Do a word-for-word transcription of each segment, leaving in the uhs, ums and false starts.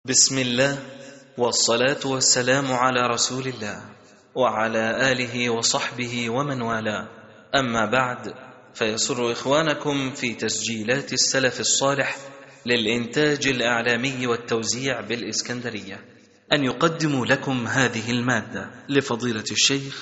بسم الله والصلاة والسلام على رسول الله وعلى آله وصحبه ومن والاه، أما بعد، فيسر إخوانكم في تسجيلات السلف الصالح للإنتاج الإعلامي والتوزيع بالإسكندرية أن يقدموا لكم هذه المادة لفضيلة الشيخ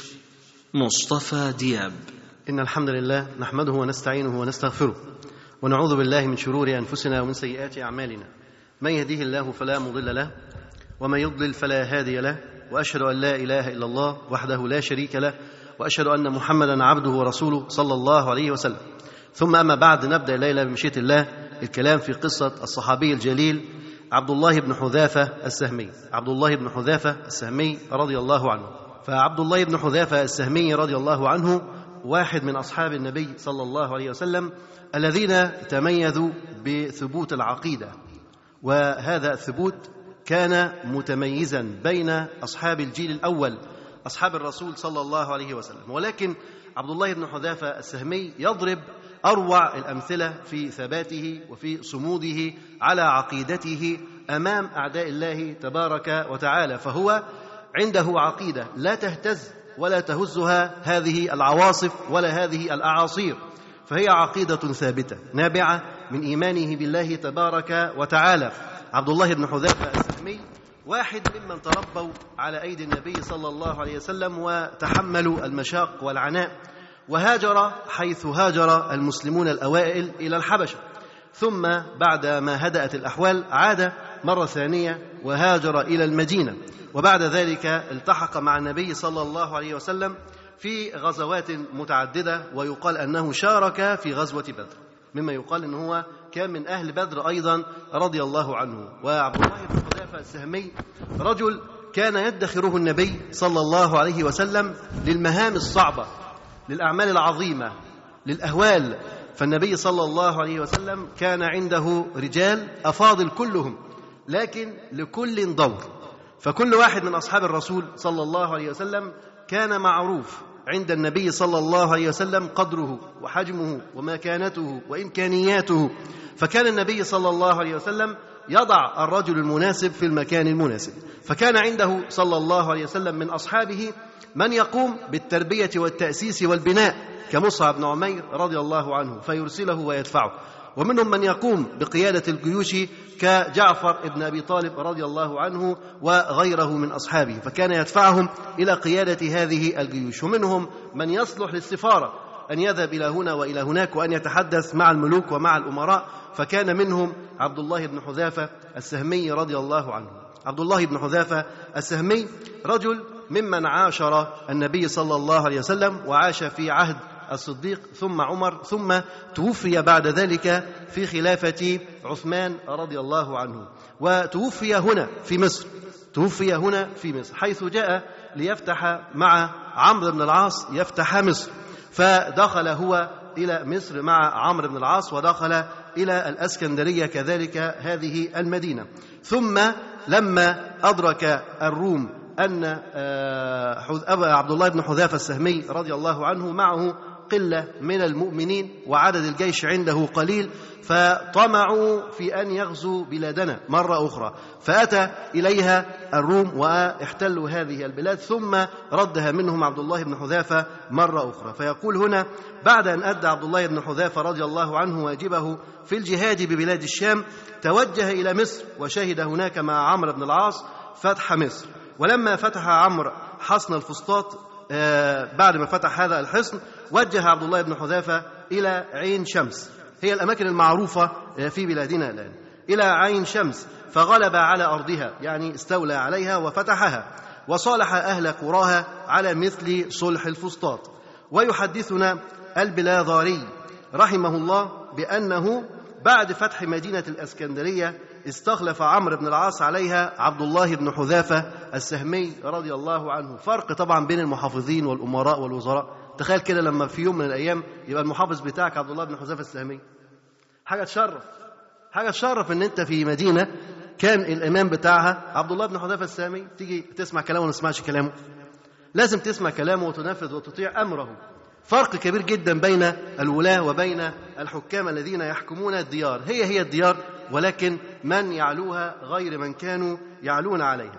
مصطفى دياب. إن الحمد لله نحمده ونستعينه ونستغفره ونعوذ بالله من شرور أنفسنا ومن سيئات أعمالنا. من يهديه الله فلا مضل له ومن يضلل فلا هادي له، وأشهد أن لا إله إلا الله وحده لا شريك له، وأشهد أن محمدا عبده ورسوله صلى الله عليه وسلم. ثم أما بعد، نبدأ الليلة بمشيئة الله الكلام في قصة الصحابي الجليل عبد الله بن حذافة السهمي. عبد الله بن حذافة السهمي رضي الله عنه. فعبد الله بن حذافة السهمي رضي الله عنه واحد من أصحاب النبي صلى الله عليه وسلم الذين تميزوا بثبوت العقيدة، وهذا الثبوت كان متميزا بين أصحاب الجيل الأول أصحاب الرسول صلى الله عليه وسلم. ولكن عبد الله بن حذافة السهمي يضرب أروع الأمثلة في ثباته وفي صموده على عقيدته أمام أعداء الله تبارك وتعالى، فهو عنده عقيدة لا تهتز ولا تهزها هذه العواصف ولا هذه الأعاصير، فهي عقيدة ثابتة نابعة من إيمانه بالله تبارك وتعالى. عبد الله بن حذافة السهمي واحد ممن تربوا على أيدي النبي صلى الله عليه وسلم وتحملوا المشاق والعناء، وهاجر حيث هاجر المسلمون الأوائل إلى الحبشة، ثم بعد ما هدأت الأحوال عاد مرة ثانية وهاجر إلى المدينة، وبعد ذلك التحق مع النبي صلى الله عليه وسلم في غزوات متعددة، ويقال أنه شارك في غزوة بدر، مما يقال أنه هو كان من أهل بدر أيضا رضي الله عنه. وعبد الله بن حذافة السهمي رجل كان يدخره النبي صلى الله عليه وسلم للمهام الصعبة، للأعمال العظيمة، للأهوال. فالنبي صلى الله عليه وسلم كان عنده رجال أفاضل كلهم، لكن لكل دور، فكل واحد من أصحاب الرسول صلى الله عليه وسلم كان معروف عند النبي صلى الله عليه وسلم قدره وحجمه ومكانته وإمكانياته، فكان النبي صلى الله عليه وسلم يضع الرجل المناسب في المكان المناسب. فكان عنده صلى الله عليه وسلم من أصحابه من يقوم بالتربية والتأسيس والبناء كمصعب بن عمير رضي الله عنه فيرسله ويدفعه، ومنهم من يقوم بقيادة الجيوش كجعفر بن أبي طالب رضي الله عنه وغيره من أصحابه، فكان يدفعهم إلى قيادة هذه الجيوش. ومنهم من يصلح للسفارة أن يذهب إلى هنا وإلى هناك وأن يتحدث مع الملوك ومع الأمراء، فكان منهم عبد الله بن حذافة السهمي رضي الله عنه. عبد الله بن حذافة السهمي رجل ممن عاشر النبي صلى الله عليه وسلم، وعاش في عهد الصديق ثم عمر، ثم توفي بعد ذلك في خلافة عثمان رضي الله عنه، وتوفي هنا في مصر توفي هنا في مصر حيث جاء ليفتح مع عمرو بن العاص يفتح مصر، فدخل هو إلى مصر مع عمرو بن العاص، ودخل إلى الأسكندرية كذلك هذه المدينة. ثم لما أدرك الروم أن عبد الله بن حذافة السهمي رضي الله عنه معه قلة من المؤمنين وعدد الجيش عنده قليل، فطمعوا في أن يغزوا بلادنا مرة أخرى، فأتى إليها الروم واحتلوا هذه البلاد، ثم ردها منهم عبد الله بن حذافة مرة أخرى. فيقول هنا: بعد أن أدى عبد الله بن حذافة رضي الله عنه واجبه في الجهاد ببلاد الشام، توجه إلى مصر وشهد هناك مع عمرو بن العاص فتح مصر. ولما فتح عمرو حصن الفسطاط، بعد ما فتح هذا الحصن، وجه عبد الله بن حذافة إلى عين شمس، هي الأماكن المعروفة في بلادنا الآن، إلى عين شمس، فغلب على أرضها، يعني استولى عليها وفتحها، وصالح أهل قراها على مثل صلح الفسطاط. ويحدثنا البلاذاري رحمه الله بأنه بعد فتح مدينة الإسكندرية استخلف عمرو بن العاص عليها عبد الله بن حذافة السهمي رضي الله عنه. فرق طبعا بين المحافظين والأمراء والوزراء. تخيل كده لما في يوم من الأيام يبقى المحافظ بتاعك عبد الله بن حذافة السهمي، حاجة تشرف، حاجة تشرف إن أنت في مدينة كان الإمام بتاعها عبد الله بن حذافة السهمي، تيجي تسمع كلامه ولا ما تسمعش كلامه؟ لازم تسمع كلامه وتنفذ وتطيع أمره. فرق كبير جدا بين الولاة وبين الحكام الذين يحكمون الديار. هي هي الديار، ولكن من يعلوها غير من كانوا يعلون عليها.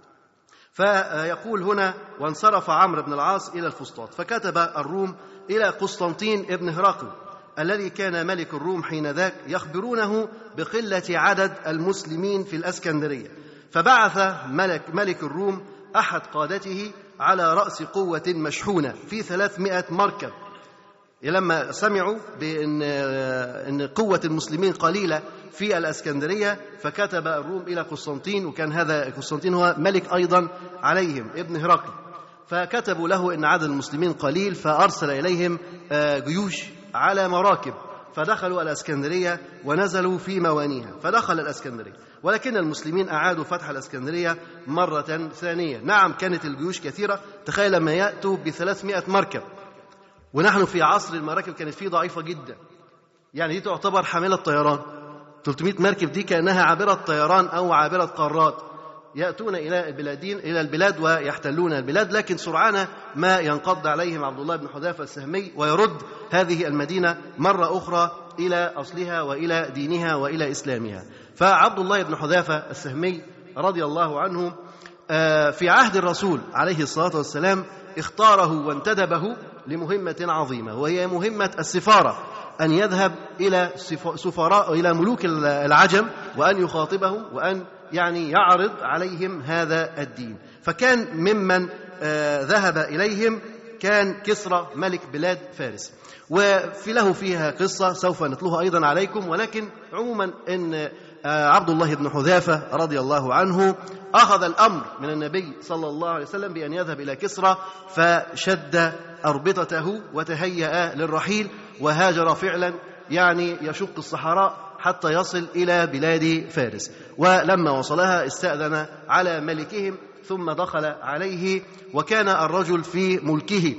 فيقول هنا: وانصرف عمرو بن العاص إلى الفسطاط، فكتب الروم إلى قسطنطين ابن هرقل الذي كان ملك الروم حينذاك يخبرونه بقلة عدد المسلمين في الأسكندرية، فبعث ملك, ملك الروم أحد قادته على رأس قوة مشحونة في ثلاثمائة مركب. لما سمعوا بأن أن قوة المسلمين قليلة في الأسكندرية فكتب الروم إلى قسطنطين، وكان هذا قسطنطين هو ملك أيضا عليهم ابن هرقل، فكتبوا له أن عدد المسلمين قليل، فأرسل إليهم جيوش على مراكب، فدخلوا الأسكندرية ونزلوا في موانيها، فدخل الأسكندرية، ولكن المسلمين أعادوا فتح الأسكندرية مرة ثانية. نعم كانت الجيوش كثيرة، تخيل لما يأتوا بثلاثمائة مركب، ونحن في عصر المراكب كانت فيه ضعيفة جدا، يعني دي تعتبر حاملة طيران. ثلاثمائة مركب دي كأنها عابرة طيران أو عابرة قارات، يأتون إلى البلادين إلى البلاد ويحتلون البلاد، لكن سرعان ما ينقض عليهم عبد الله بن حذافة السهمي ويرد هذه المدينة مرة أخرى إلى أصلها وإلى دينها وإلى إسلامها. فعبد الله بن حذافة السهمي رضي الله عنه في عهد الرسول عليه الصلاة والسلام اختاره وانتدبه لمهمة عظيمة، وهي مهمة السفارة، أن يذهب إلى سفراء إلى ملوك العجم وأن يخاطبهم وأن يعني يعرض عليهم هذا الدين. فكان ممن ذهب إليهم كان كسرى ملك بلاد فارس، وفي له فيها قصة سوف نتلوها أيضا عليكم، ولكن عموما إن عبد الله بن حذافة رضي الله عنه أخذ الأمر من النبي صلى الله عليه وسلم بأن يذهب إلى كسرى، فشد أربطته وتهيأ للرحيل، وهاجر فعلا يعني يشق الصحراء حتى يصل إلى بلاد فارس. ولما وصلها استأذن على ملكهم ثم دخل عليه، وكان الرجل في ملكه،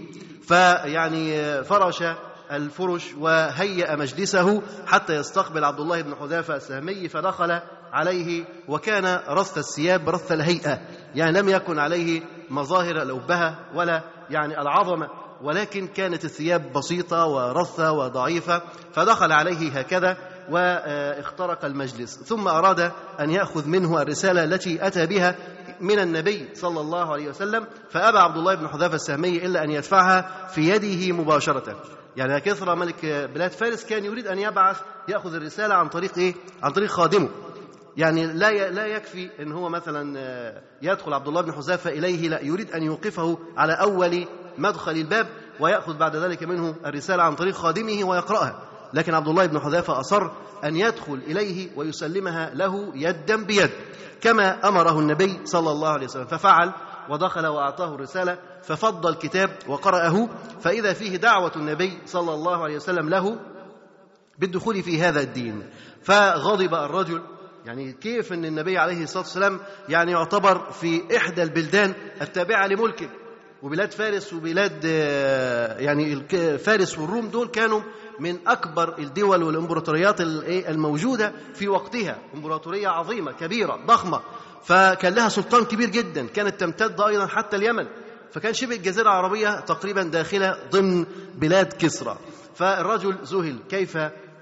فيعني فرش الفرش وهيأ مجلسه حتى يستقبل عبد الله بن حذافة السهمي، فدخل عليه وكان رث الثياب رث الهيئة، يعني لم يكن عليه مظاهر الأبهة ولا يعني العظمة، ولكن كانت الثياب بسيطة ورثة وضعيفة، فدخل عليه هكذا واخترق المجلس، ثم أراد أن يأخذ منه الرسالة التي أتى بها من النبي صلى الله عليه وسلم، فأبى عبد الله بن حذافة السهمي إلا أن يدفعها في يده مباشرة. يعني كسرى ملك بلاد فارس كان يريد أن يبعث يأخذ الرسالة عن طريق إيه؟ عن طريق خادمه، يعني لا لا يكفي أن هو مثلا يدخل عبد الله بن حذافة إليه، لا، يريد أن يوقفه على أول مدخل الباب ويأخذ بعد ذلك منه الرسالة عن طريق خادمه ويقرأها. لكن عبد الله بن حذافة أصر أن يدخل إليه ويسلمها له يدا بيد كما أمره النبي صلى الله عليه وسلم، ففعل ودخل وأعطاه الرسالة، ففض الكتاب وقرأه، فإذا فيه دعوة النبي صلى الله عليه وسلم له بالدخول في هذا الدين. فغضب الرجل، يعني كيف أن النبي عليه الصلاة والسلام يعني يعتبر في إحدى البلدان التابعة لملكه، وبلاد فارس وبلاد يعني فارس والروم دول كانوا من أكبر الدول والإمبراطوريات الموجودة في وقتها، إمبراطورية عظيمة كبيرة ضخمة، فكان لها سلطان كبير جدا، كانت تمتد أيضا حتى اليمن، فكان شبه الجزيرة العربية تقريبا داخلة ضمن بلاد كسرى. فالرجل ذهل كيف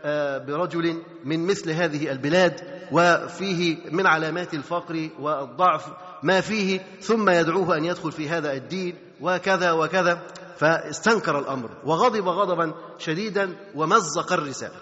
برجل من مثل هذه البلاد وفيه من علامات الفقر والضعف ما فيه، ثم يدعوه أن يدخل في هذا الدين وكذا وكذا، فاستنكر الأمر وغضب غضبا شديدا ومزق الرسالة.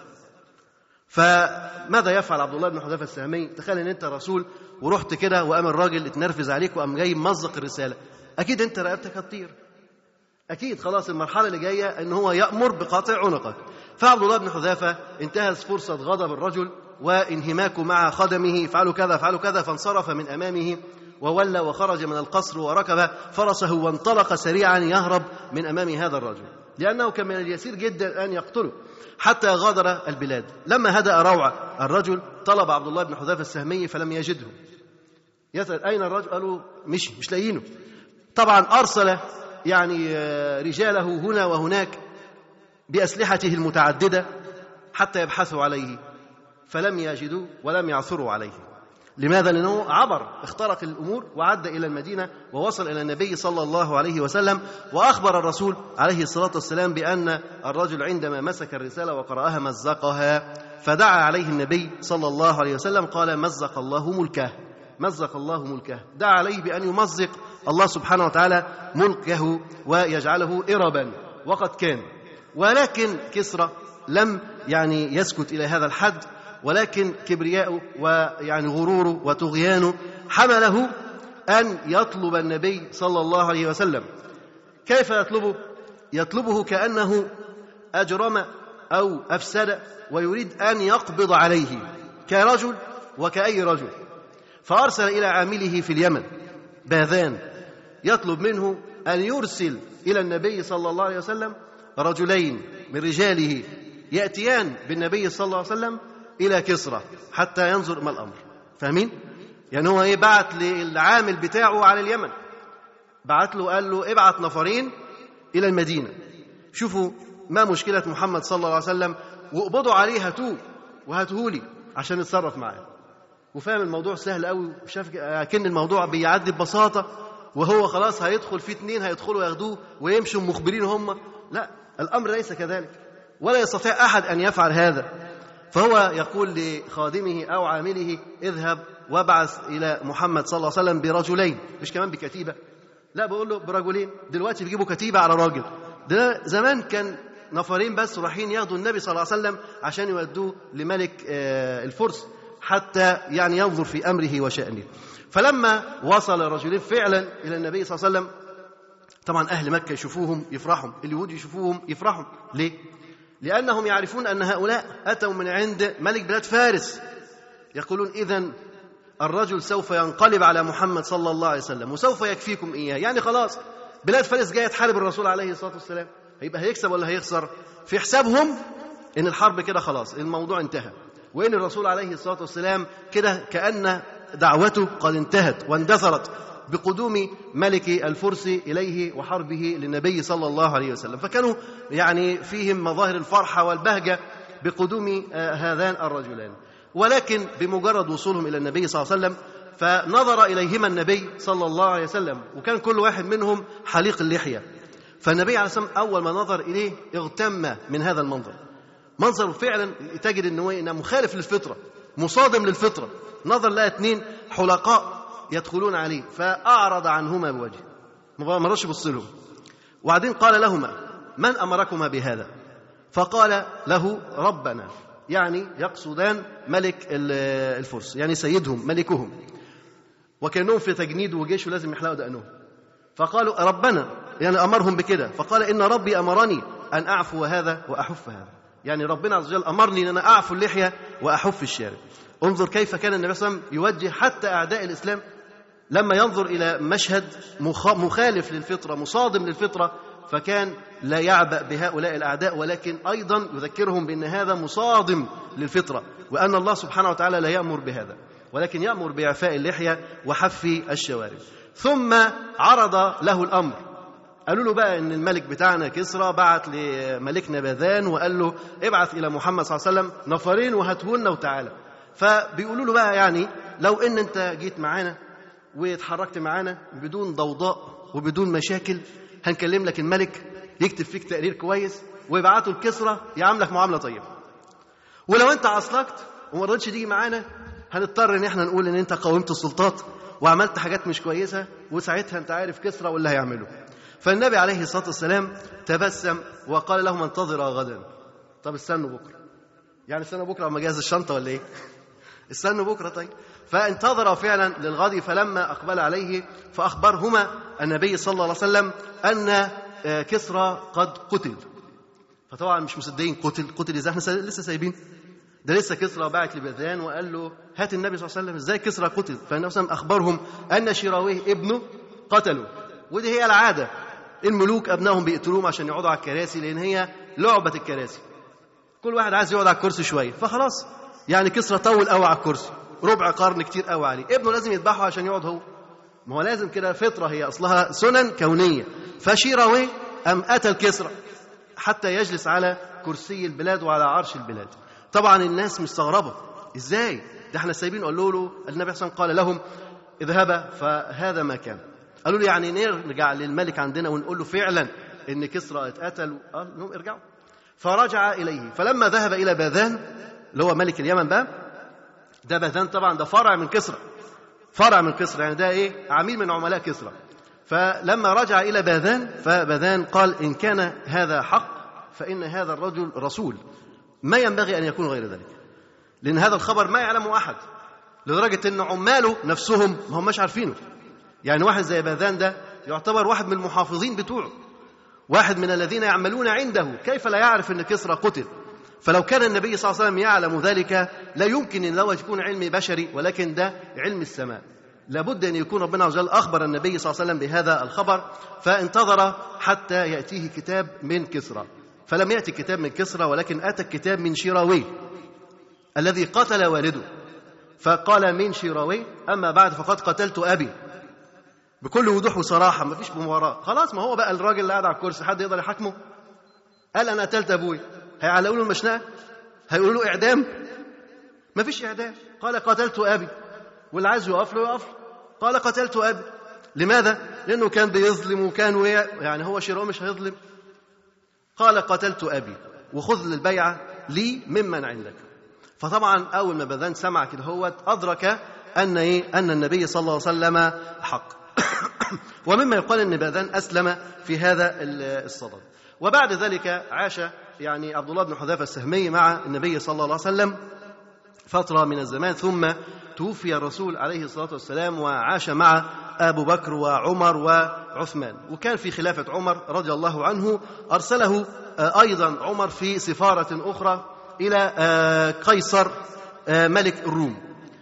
فماذا يفعل عبد الله بن حذافة السهمي؟ تخيل ان انت رسول ورحت كده وقام الراجل اتنرفز عليك وقام جاي مزق الرسالة، اكيد انت رقبتك هتطير، اكيد خلاص المرحلة اللي جاية ان هو يأمر بقطع عنقك. فعبد الله بن حذافة انتهز فرصة غضب الرجل وانهماكه مع خدمه، فعلوا كذا فعلوا كذا، فانصرف من أمامه وولى وخرج من القصر وركب فرسه وانطلق سريعا يهرب من أمام هذا الرجل، لأنه كان من اليسير جدا أن يقتله، حتى غادر البلاد. لما هدأ روع الرجل طلب عبد الله بن حذافة السهمي فلم يجده، يسأل أين الرجل؟ قالوا مش مش لاقيينه. طبعا أرسل يعني رجاله هنا وهناك بأسلحته المتعددة حتى يبحثوا عليه، فلم يجدوا ولم يعثروا عليه. لماذا؟ لأنه عبر اخترق الأمور وعد إلى المدينة ووصل إلى النبي صلى الله عليه وسلم، وأخبر الرسول عليه الصلاة والسلام بأن الرجل عندما مسك الرسالة وقرأها مزقها فدعا عليه النبي صلى الله عليه وسلم قال مزق الله ملكه، مزق الله ملكه، دعا عليه بأن يمزق الله سبحانه وتعالى ملكه ويجعله إربا، وقد كان. ولكن كسرى لم يعني يسكت إلى هذا الحد، ولكن كبرياءه ويعني غروره وطغيانه حمله أن يطلب النبي صلى الله عليه وسلم. كيف يطلبه؟ يطلبه كأنه أجرم أو أفسد ويريد أن يقبض عليه كرجل وكأي رجل. فأرسل إلى عامله في اليمن باذان يطلب منه أن يرسل إلى النبي صلى الله عليه وسلم رجلين من رجاله يأتيان بالنبي صلى الله عليه وسلم إلى كسرى حتى ينظر ما الأمر. فاهمين؟ يعني هو إيه؟ بعت للعامل بتاعه على اليمن، بعت له قال له ابعت نفرين إلى المدينة، شوفوا ما مشكلة محمد صلى الله عليه وسلم واقبضوا عليه، هاتوه وهاتهولي عشان نتصرف معاه. وفاهم الموضوع سهل قوي، شاف كأن الموضوع بيعدي ببساطة، وهو خلاص هيدخل فيه اتنين هيدخلوا ياخدوه ويمشوا مخبرين هم. لا، الأمر ليس كذلك، ولا يستطيع أحد أن يفعل هذا. فهو يقول لخادمه أو عامله اذهب وابعث إلى محمد صلى الله عليه وسلم برجلين، مش كمان بكتيبة، لا بقول له برجلين. دلوقتي بيجيبوا كتيبة على راجل، ده زمان كان نفرين بس رايحين ياخدوا النبي صلى الله عليه وسلم عشان يودوه لملك الفرس حتى يعني ينظر في أمره وشأنه. فلما وصل الرجلين فعلا إلى النبي صلى الله عليه وسلم، طبعا أهل مكة يشوفوهم يفرحوا، اليهود يشوفوهم يفرحوا. ليه؟ لأنهم يعرفون أن هؤلاء أتوا من عند ملك بلاد فارس، يقولون إذن الرجل سوف ينقلب على محمد صلى الله عليه وسلم وسوف يكفيكم إياه. يعني خلاص بلاد فارس جاية تحارب الرسول عليه الصلاة والسلام، هيبقى هيكسب ولا هيخسر؟ في حسابهم إن الحرب كده خلاص الموضوع انتهى، وإن الرسول عليه الصلاة والسلام كده كأن دعوته قد انتهت واندثرت بقدوم ملك الفرس إليه وحربه للنبي صلى الله عليه وسلم. فكانوا يعني فيهم مظاهر الفرحة والبهجة بقدوم هذان الرجلان. ولكن بمجرد وصولهم إلى النبي صلى الله عليه وسلم فنظر إليهما النبي صلى الله عليه وسلم، وكان كل واحد منهم حليق اللحية. فالنبي عليه الصلاة والسلام أول ما نظر إليه اغتم من هذا المنظر، منظر فعلا تجد أنه مخالف للفطرة، مصادم للفطرة. نظر لها اثنين حلقاء يدخلون عليه فأعرض عنهما بوجهه، ما رضاش يبص لهم. وبعدين قال لهما من أمركما بهذا؟ فقال له ربنا، يعني يقصدان ملك الفرس، يعني سيدهم ملكهم، وكانهم في تجنيد وجيش ولازم يحلقوا دقنهم. فقالوا ربنا، يعني أمرهم بكده. فقال إن ربي أمرني أن أعفو هذا وأحف هذا، يعني ربنا عز وجل أمرني أن أنا أعفو اللحية وأحف الشارب. انظر كيف كان النبي صلى الله عليه وسلم يوجه حتى أعداء الإسلام لما ينظر إلى مشهد مخالف للفطرة مصادم للفطرة، فكان لا يعبأ بهؤلاء الأعداء، ولكن أيضا يذكرهم بأن هذا مصادم للفطرة، وأن الله سبحانه وتعالى لا يأمر بهذا، ولكن يأمر بإعفاء اللحية وحف الشوارب. ثم عرض له الأمر، قالوا له بقى إن الملك بتاعنا كسرى بعت لملكنا باذان وقال له ابعث إلى محمد صلى الله عليه وسلم نفرين وهاتهولنا وتعالى. فبيقولوا له بقى يعني لو إن أنت جيت معانا واتحركت معانا بدون ضوضاء وبدون مشاكل هنكلم لك الملك يكتب فيك تقرير كويس ويبعته الكسرى يعاملك معاملة طيبة، ولو أنت عصلكت وما رضيتش تيجي معانا هنضطر إن احنا نقول إن أنت قاومت السلطات وعملت حاجات مش كويسة، وساعتها أنت عارف كسرى واللي هيعمله. فالنبي عليه الصلاة والسلام تبسم وقال لهم انتظروا غدا. طب استنوا بكرة، يعني استنوا بكرة لما جهز الشنطة ولا إيه؟ استنوا بكرة. طيب فانتظر فعلا للغد، فلما أقبل عليه فأخبرهما النبي صلى الله عليه وسلم أن كسرى قد قتل. فطبعا مش مصدقين، قتل قتل إزاي؟ احنا لسه سايبين ده، لسه كسرى باعت لباذان وقال له هات النبي صلى الله عليه وسلم، ازاي كسرى قتل؟ فالنبي صلى الله عليه وسلم أخبرهم أن شراويه ابنه قتلوا. ودي هي العادة، الملوك أبنائهم بيقتلوهم عشان يقعدوا على الكراسي، لأن هي لعبة الكراسي، كل واحد عايز يقعد على الكرسي شوية، فخلاص يعني كسرى طول قوي على الكرسي، ربع قرن كتير قوي عليه، ابنه لازم يذبحه عشان يقعد هو، ما هو لازم كده، فطرة هي أصلها سنن كونية. فشيراويه أم قتل كسرى حتى يجلس على كرسي البلاد وعلى عرش البلاد. طبعا الناس مستغربة، ازاي ده احنا سايبين؟ قالوا له النبي صلى الله عليه وسلم قال لهم اذهبا فهذا ما كان. قالوا له يعني نرجع للملك عندنا ونقول له فعلا ان كسرى اتقتل؟ قال لهم ارجعوا. فرجع إليه، فلما ذهب إلى باذان اللي هو ملك اليمن بقى، ده باذان طبعا ده فرع من كسرى، فرع من كسرى، يعني ده إيه؟ عميل من عملاء كسرى. فلما رجع إلى باذان، فباذان قال إن كان هذا حق فإن هذا الرجل رسول، ما ينبغي أن يكون غير ذلك، لأن هذا الخبر ما يعلمه أحد، لدرجة أن عماله نفسهم ما هماش عارفينه. يعني واحد زي باذان ده يعتبر واحد من المحافظين بتوعه، واحد من الذين يعملون عنده، كيف لا يعرف أن كسرى قتل؟ فلو كان النبي صلى الله عليه وسلم يعلم ذلك لا يمكن أن لو يكون علم بشري، ولكن ده علم السماء، لابد أن يكون ربنا عز وجل أخبر النبي صلى الله عليه وسلم بهذا الخبر، فانتظر حتى يأتيه كتاب من كسرى. فلم يأتي كتاب من كسرى، ولكن أتى الكتاب من شيراوي الذي قتل والده، فقال من شيراوي أما بعد فقد قتلت أبي، بكل وضوح وصراحة، ما فيش مباراة. خلاص، ما هو بقى الراجل اللي قاعد على الكرسي حد يقدر يحاكمه؟ قال أنا قتلت أبوي، هيعلقوا له المشنقة؟ هيقولوا له إعدام؟ ما فيش إعدام. قال قتلت أبي، واللي عايز يقف له يقف. قال قتلت أبي. لماذا؟ لأنه كان بيظلم، وكان يعني هو شيراوي مش هيظلم. قال قتلت أبي وخذ البيعة لي ممن عندك. فطبعا أول ما باذان سمع كده هو أدرك أن إيه؟ أن النبي صلى الله عليه وسلم حق. ومما يقال أن باذان أسلم في هذا الصدد. وبعد ذلك عاش يعني عبد الله بن حذافة السهمي مع النبي صلى الله عليه وسلم فترة من الزمان، ثم توفي الرسول عليه الصلاة والسلام، وعاش مع أبو بكر وعمر وعثمان. وكان في خلافة عمر رضي الله عنه أرسله أيضا عمر في سفارة أخرى إلى قيصر ملك الروم.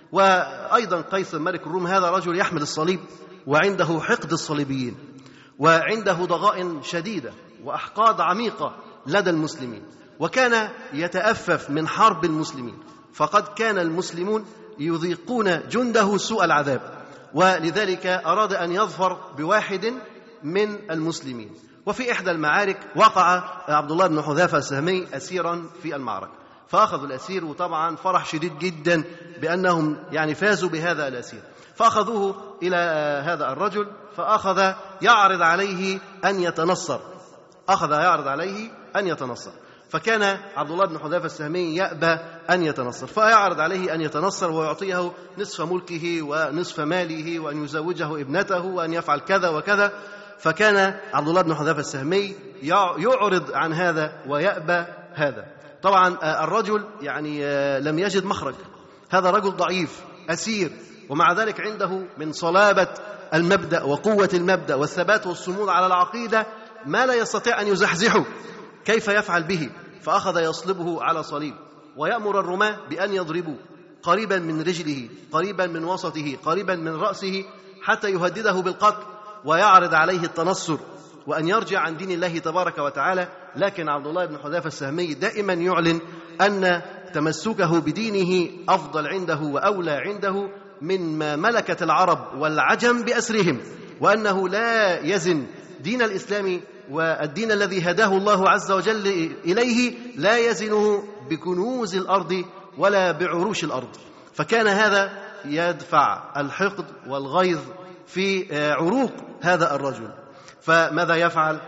وأيضا قيصر ملك الروم هذا رجل يحمل الصليب، وعنده حقد الصليبيين، وعنده ضغائن شديدة وأحقاد عميقة لدى المسلمين، وكان يتأفف من حرب المسلمين، فقد كان المسلمون يذيقون جنده سوء العذاب، ولذلك أراد أن يظفر بواحد من المسلمين. وفي إحدى المعارك وقع عبد الله بن حذافة السهمي أسيرا في المعركة، فأخذوا الأسير، وطبعا فرح شديد جدا بأنهم يعني فازوا بهذا الأسير، فأخذوه إلى هذا الرجل، فأخذ يعرض عليه أن يتنصر، أخذ يعرض عليه أن يتنصر. فكان عبد الله بن حذافة السهمي يأبى أن يتنصر، فيعرض عليه أن يتنصر ويعطيه نصف ملكه ونصف ماله، وأن يزوجه ابنته، وأن يفعل كذا وكذا. فكان عبد الله بن حذافة السهمي يعرض عن هذا ويأبى هذا. طبعا الرجل يعني لم يجد مخرج، هذا رجل ضعيف أسير، ومع ذلك عنده من صلابة المبدأ وقوة المبدأ والثبات والصمود على العقيدة ما لا يستطيع أن يزحزحه، كيف يفعل به؟ فأخذ يصلبه على صليب، ويأمر الرماة بأن يضربوا قريبا من رجله، قريبا من وسطه، قريبا من رأسه، حتى يهدده بالقتل، ويعرض عليه التنصر وأن يرجع عن دين الله تبارك وتعالى. لكن عبد الله بن حذافة السهمي دائما يعلن أن تمسكه بدينه أفضل عنده وأولى عنده من ما ملكت العرب والعجم بأسرهم، وأنه لا يزن دين الإسلام والدين الذي هداه الله عز وجل إليه، لا يزنه بكنوز الأرض ولا بعروش الأرض. فكان هذا يدفع الحقد والغيظ في عروق هذا الرجل. فماذا يفعل؟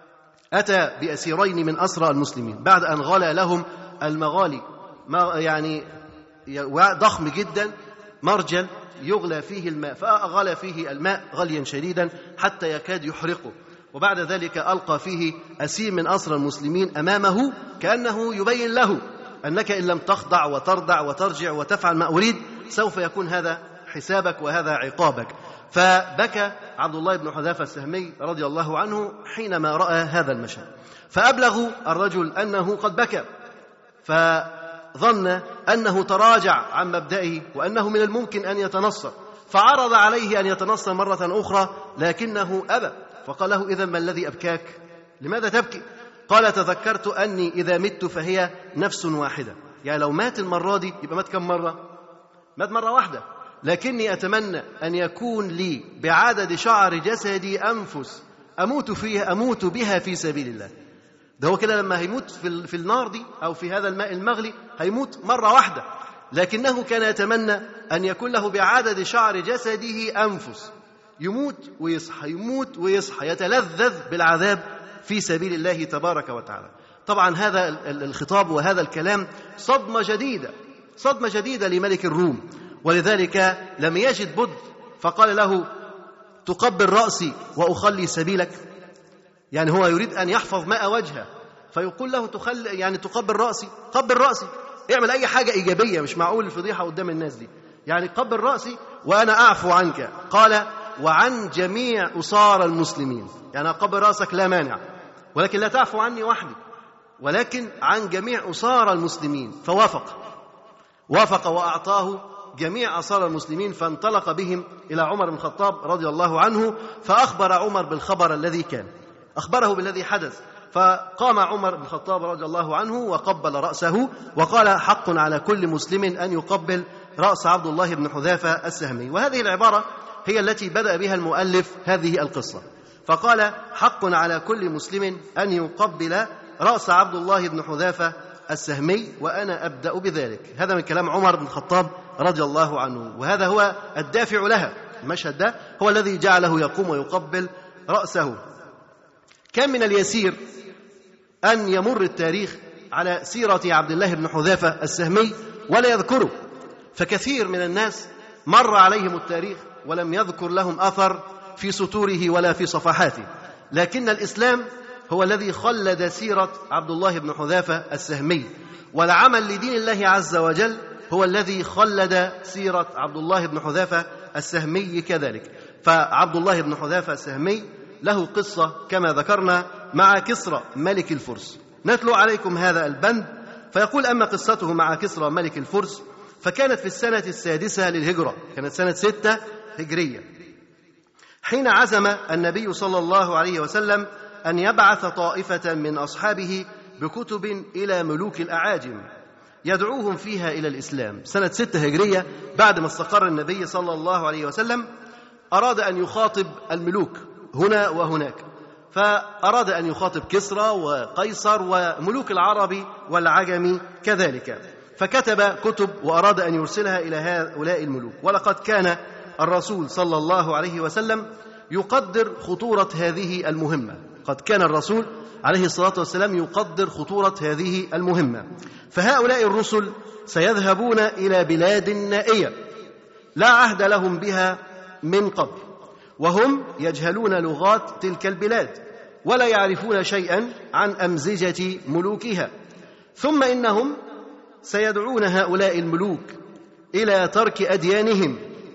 أتى بأسيرين من أسرى المسلمين بعد أن غلى لهم المغالي، يعني ضخم جدا، مرجل يغلى فيه الماء، فغلى فيه الماء غليا شديدا حتى يكاد يحرقه. وبعد ذلك ألقى فيه أسير من أسرى المسلمين أمامه، كأنه يبين له أنك إن لم تخضع وترضع وترجع وتفعل ما أريد سوف يكون هذا حسابك وهذا عقابك. فبكى عبد الله بن حذافة السهمي رضي الله عنه حينما رأى هذا المشهد، فأبلغ الرجل أنه قد بكى، فظن أنه تراجع عن مبدئه وأنه من الممكن أن يتنصر، فعرض عليه أن يتنصر مرة أخرى، لكنه أبى. فقال له إذن ما الذي أبكاك؟ لماذا تبكي؟ قال تذكرت أني إذا مت فهي نفس واحدة، يعني لو مات المرة دي يبقى مات كم مرة؟ مات مرة واحدة، لكني أتمنى أن يكون لي بعدد شعر جسدي أنفس أموت فيها أموت بها في سبيل الله. ده هو كده لما هيموت في, في النار دي أو في هذا الماء المغلي هيموت مرة واحدة، لكنه كان يتمنى أن يكون له بعدد شعر جسده أنفس، يموت ويصحى، يموت ويصحى، يتلذذ بالعذاب في سبيل الله تبارك وتعالى. طبعا هذا الخطاب وهذا الكلام صدمة جديدة صدمة جديدة لملك الروم، ولذلك لم يجد بد فقال له: تقبل رأسي وأخلي سبيلك. يعني هو يريد أن يحفظ ماء وجهه، فيقول له تخل يعني تقبل رأسي، قبل رأسي، اعمل أي حاجة إيجابية، مش معقول الفضيحة قدام الناس دي، يعني قبل رأسي وأنا أعفو عنك. قال: وعن جميع أسار المسلمين، يعني أقبل رأسك لا مانع، ولكن لا تعفو عني وحدي، ولكن عن جميع أسار المسلمين. فوافق وافق وأعطاه جميع أسار المسلمين، فانطلق بهم إلى عمر بن الخطاب رضي الله عنه، فأخبر عمر بالخبر الذي كان، أخبره بالذي حدث. فقام عمر بن الخطاب رضي الله عنه وقبل رأسه وقال: حق على كل مسلم أن يقبل رأس عبد الله بن حذافة السهمي. وهذه العبارة هي التي بدأ بها المؤلف هذه القصة، فقال: حق على كل مسلم أن يقبل رأس عبد الله بن حذافة السهمي وأنا أبدأ بذلك. هذا من كلام عمر بن الخطاب رضي الله عنه، وهذا هو الدافع لها. المشهد ده هو الذي جعله يقوم ويقبل رأسه. كان من اليسير أن يمر التاريخ على سيرة عبد الله بن حذافة السهمي ولا يذكره، فكثير من الناس مر عليهم التاريخ ولم يذكر لهم أثر في سطوره ولا في صفحاته، لكن الإسلام هو الذي خلد سيرة عبد الله بن حذافة السهمي، والعمل لدين الله عز وجل هو الذي خلد سيرة عبد الله بن حذافة السهمي كذلك. فعبد الله بن حذافة السهمي له قصة كما ذكرنا مع كسرى ملك الفرس، نتلو عليكم هذا البند. فيقول: أما قصته مع كسرى ملك الفرس فكانت في السنة السادسة للهجرة، كانت سنة ستة هجرية، حين عزم النبي صلى الله عليه وسلم أن يبعث طائفة من أصحابه بكتب إلى ملوك الأعاجم يدعوهم فيها إلى الإسلام. سنة ستة هجرية بعد ما استقر النبي صلى الله عليه وسلم أراد أن يخاطب الملوك هنا وهناك، فأراد أن يخاطب كسرى وقيصر وملوك العرب والعجم كذلك، فكتب كتب وأراد أن يرسلها إلى هؤلاء الملوك. ولقد كان الرسول صلى الله عليه وسلم يقدر خطورة هذه المهمة، قد كان الرسول عليه الصلاة والسلام يقدر خطورة هذه المهمة. فهؤلاء الرسل سيذهبون إلى بلاد نائية لا عهد لهم بها من قبل، وهم يجهلون لغات تلك البلاد ولا يعرفون شيئا عن أمزجة ملوكها. ثم إنهم سيدعون هؤلاء الملوك إلى ترك أديانهم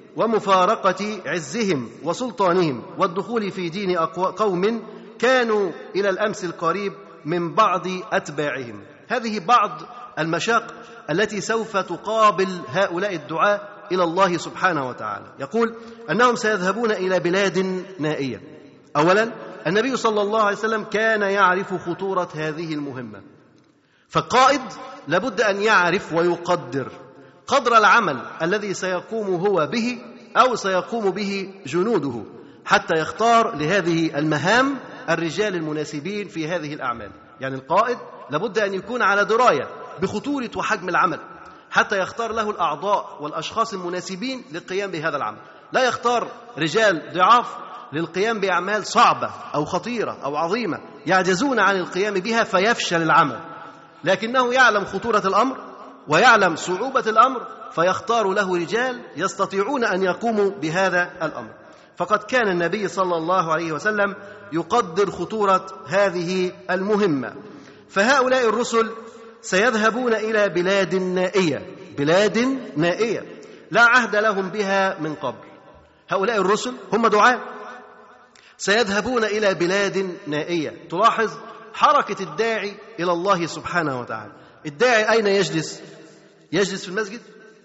ومفارقة عزهم وسلطانهم والدخول في دين قوم كانوا إلى الأمس القريب من بعض أتباعهم. هذه بعض المشاق التي سوف تقابل هؤلاء الدعاة إلى الله سبحانه وتعالى. يقول أنهم سيذهبون إلى بلاد نائية. أولا، النبي صلى الله عليه وسلم كان يعرف خطورة هذه المهمة، فالقائد لابد أن يعرف ويقدر قدر العمل الذي سيقوم هو به أو سيقوم به جنوده، حتى يختار لهذه المهام الرجال المناسبين في هذه الأعمال. يعني القائد لابد أن يكون على دراية بخطورة وحجم العمل حتى يختار له الأعضاء والأشخاص المناسبين للقيام بهذا العمل. لا يختار رجال ضعاف للقيام بأعمال صعبة أو خطيرة أو عظيمة يعجزون عن القيام بها فيفشل العمل، لكنه يعلم خطورة الأمر ويعلم صعوبة الأمر فيختار له رجال يستطيعون أن يقوموا بهذا الأمر. فقد كان النبي صلى الله عليه وسلم يقدر خطورة هذه المهمة. فهؤلاء الرسل سيذهبون إلى بلاد نائية، بلاد نائية لا عهد لهم بها من قبل. هؤلاء الرسل هم دعاة سيذهبون إلى بلاد نائية. تلاحظ حركة الداعي إلى الله سبحانه وتعالى. الداعي أين يجلس؟ يجلس في المسجد؟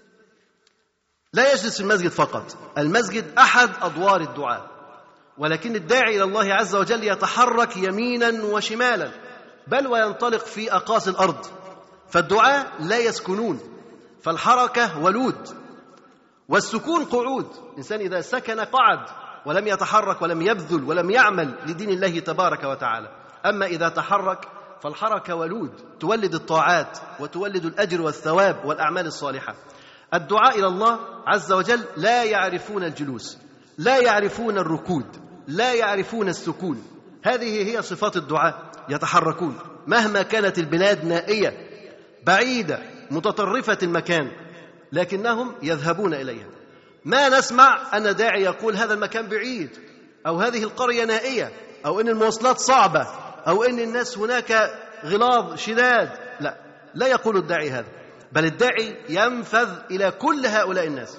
لا يجلس في المسجد فقط، المسجد أحد أدوار الدعاء، ولكن الداعي إلى الله عز وجل يتحرك يمينا وشمالا، بل وينطلق في أقاصي الأرض. فالدعاء لا يسكنون، فالحركة ولود والسكون قعود. الإنسان إذا سكن قعد ولم يتحرك ولم يبذل ولم يعمل لدين الله تبارك وتعالى. أما إذا تحرك فالحركة ولود تولد الطاعات وتولد الأجر والثواب والأعمال الصالحة. الدعاء إلى الله عز وجل لا يعرفون الجلوس، لا يعرفون الركود، لا يعرفون السكون. هذه هي صفات الدعاء، يتحركون مهما كانت البلاد نائية بعيدة متطرفة المكان، لكنهم يذهبون إليها. ما نسمع أن داعي يقول هذا المكان بعيد، أو هذه القرية نائية، أو أن المواصلات صعبة، أو أن الناس هناك غلاظ شداد. لا، لا يقول الداعي هذا، بل الداعي ينفذ إلى كل هؤلاء الناس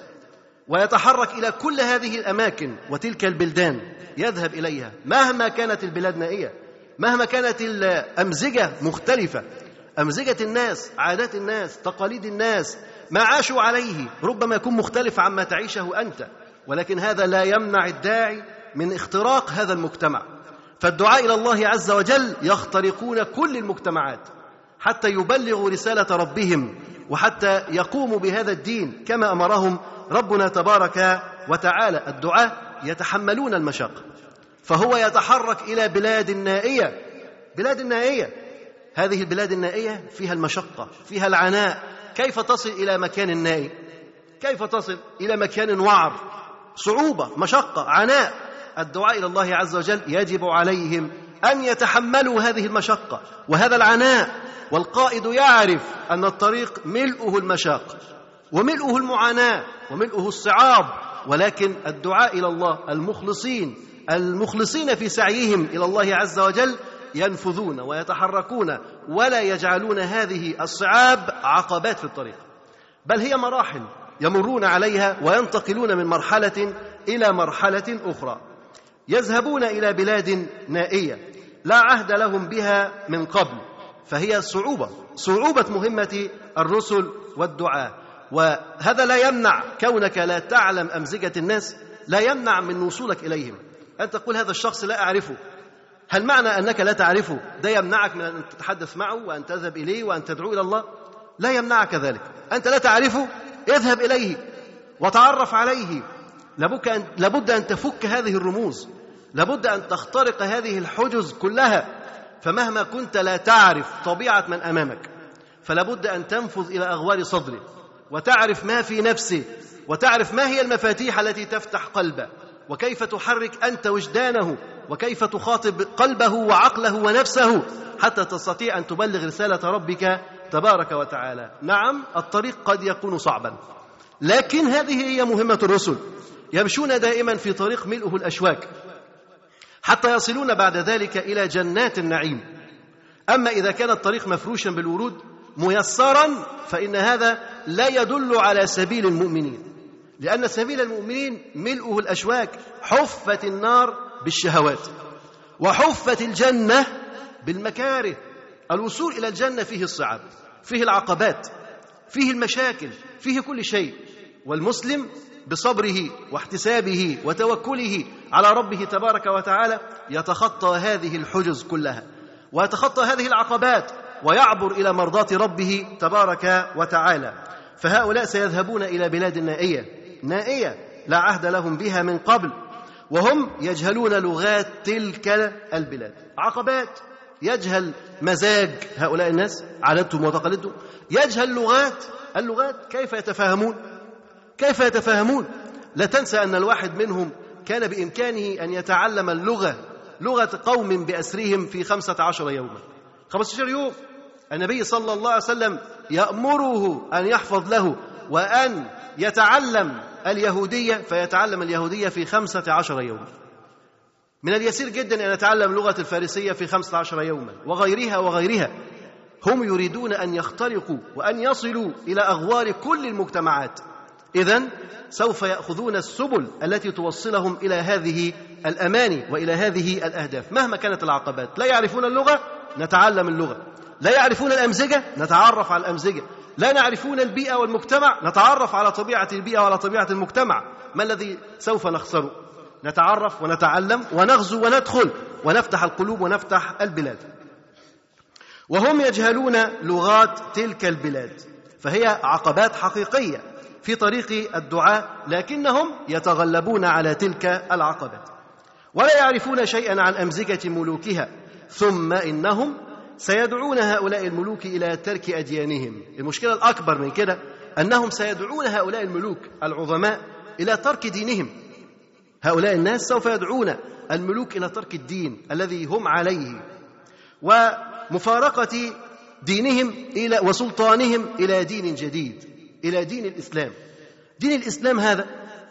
ويتحرك إلى كل هذه الأماكن وتلك البلدان، يذهب إليها مهما كانت البلاد نائية، مهما كانت الأمزجة مختلفة، أمزجة الناس، عادات الناس، تقاليد الناس، ما عاشوا عليه ربما يكون مختلف عما تعيشه أنت، ولكن هذا لا يمنع الداعي من اختراق هذا المجتمع. فالدعاء إلى الله عز وجل يخترقون كل المجتمعات حتى يبلغوا رسالة ربهم، وحتى يقوموا بهذا الدين كما أمرهم ربنا تبارك وتعالى. الدعاء يتحملون المشاق، فهو يتحرك إلى بلاد نائية، بلاد نائية. هذه البلاد النائية فيها المشقة، فيها العناء. كيف تصل إلى مكان نائي؟ كيف تصل إلى مكان وعر؟ صعوبة، مشقة، عناء. الدعاء إلى الله عز وجل يجب عليهم أن يتحملوا هذه المشقة وهذا العناء، والقائد يعرف أن الطريق ملؤه المشاق وملؤه المعاناة وملؤه الصعاب، ولكن الدعاء إلى الله المخلصين المخلصين في سعيهم إلى الله عز وجل ينفذون ويتحركون ولا يجعلون هذه الصعاب عقبات في الطريق، بل هي مراحل يمرون عليها وينتقلون من مرحلة إلى مرحلة أخرى. يذهبون إلى بلاد نائية لا عهد لهم بها من قبل، فهي صعوبة صعوبة مهمة الرسل والدعاء. وهذا لا يمنع كونك لا تعلم أمزجة الناس، لا يمنع من وصولك إليهم. أن تقول هذا الشخص لا أعرفه، هل معنى أنك لا تعرفه ده يمنعك من أن تتحدث معه وأن تذهب إليه وأن تدعو إلى الله؟ لا يمنعك ذلك. أنت لا تعرفه، اذهب إليه وتعرف عليه. لابد أن تفك هذه الرموز، لابد أن تخترق هذه الحجز كلها. فمهما كنت لا تعرف طبيعة من أمامك، فلابد أن تنفذ إلى أغوار صدره وتعرف ما في نفسه، وتعرف ما هي المفاتيح التي تفتح قلبه، وكيف تحرك أنت وجدانه، وكيف تخاطب قلبه وعقله ونفسه حتى تستطيع أن تبلغ رسالة ربك تبارك وتعالى. نعم، الطريق قد يكون صعبا، لكن هذه هي مهمة الرسل، يمشون دائما في طريق ملؤه الأشواك حتى يصلون بعد ذلك إلى جنات النعيم. أما إذا كان الطريق مفروشا بالورود ميسرا فإن هذا لا يدل على سبيل المؤمنين، لأن سبيل المؤمنين ملؤه الأشواك. حفت النار بالشهوات وحفت الجنة بالمكاره. الوصول إلى الجنة فيه الصعاب، فيه العقبات، فيه المشاكل، فيه كل شيء. والمسلم بصبره واحتسابه وتوكله على ربه تبارك وتعالى يتخطى هذه الحجز كلها ويتخطى هذه العقبات ويعبر إلى مرضاة ربه تبارك وتعالى. فهؤلاء سيذهبون إلى بلاد نائية نائية لا عهد لهم بها من قبل، وهم يجهلون لغات تلك البلاد. عقبات، يجهل مزاج هؤلاء الناس، عاداتهم وتقاليدهم، يجهل لغات اللغات كيف يتفاهمون كيف يتفاهمون لا تنسى أن الواحد منهم كان بإمكانه أن يتعلم اللغة لغة قوم بأسرهم في خمسة عشر يوما. خمسة عشر يوم النبي صلى الله عليه وسلم يأمره أن يحفظ له وأن يتعلم اليهودية، فيتعلم اليهودية في خمسة عشر يوما. من اليسير جدا أن يتعلم لغة الفارسية في خمسة عشر يوما وغيرها وغيرها. هم يريدون أن يخترقوا وأن يصلوا إلى أغوار كل المجتمعات. إذن سوف يأخذون السبل التي توصلهم إلى هذه الأماني وإلى هذه الأهداف مهما كانت العقبات. لا يعرفون اللغة، نتعلم اللغة. لا يعرفون الأمزجة، نتعرف على الأمزجة. لا نعرفون البيئة والمجتمع، نتعرف على طبيعة البيئة وعلى طبيعة المجتمع. ما الذي سوف نخسره؟ نتعرف ونتعلم ونغزو وندخل ونفتح القلوب ونفتح البلاد. وهم يجهلون لغات تلك البلاد، فهي عقبات حقيقية في طريق الدعاء، لكنهم يتغلبون على تلك العقبات ولا يعرفون شيئا عن أمزجة ملوكها. ثم إنهم سيدعون هؤلاء الملوك إلى ترك أديانهم. المشكلة الأكبر من كده أنهم سيدعون هؤلاء الملوك العظماء إلى ترك دينهم. هؤلاء الناس سوف يدعون الملوك إلى ترك الدين الذي هم عليه. مفارقة دينهم إلى وسلطانهم إلى دين جديد، إلى دين الإسلام. دين الإسلام هذا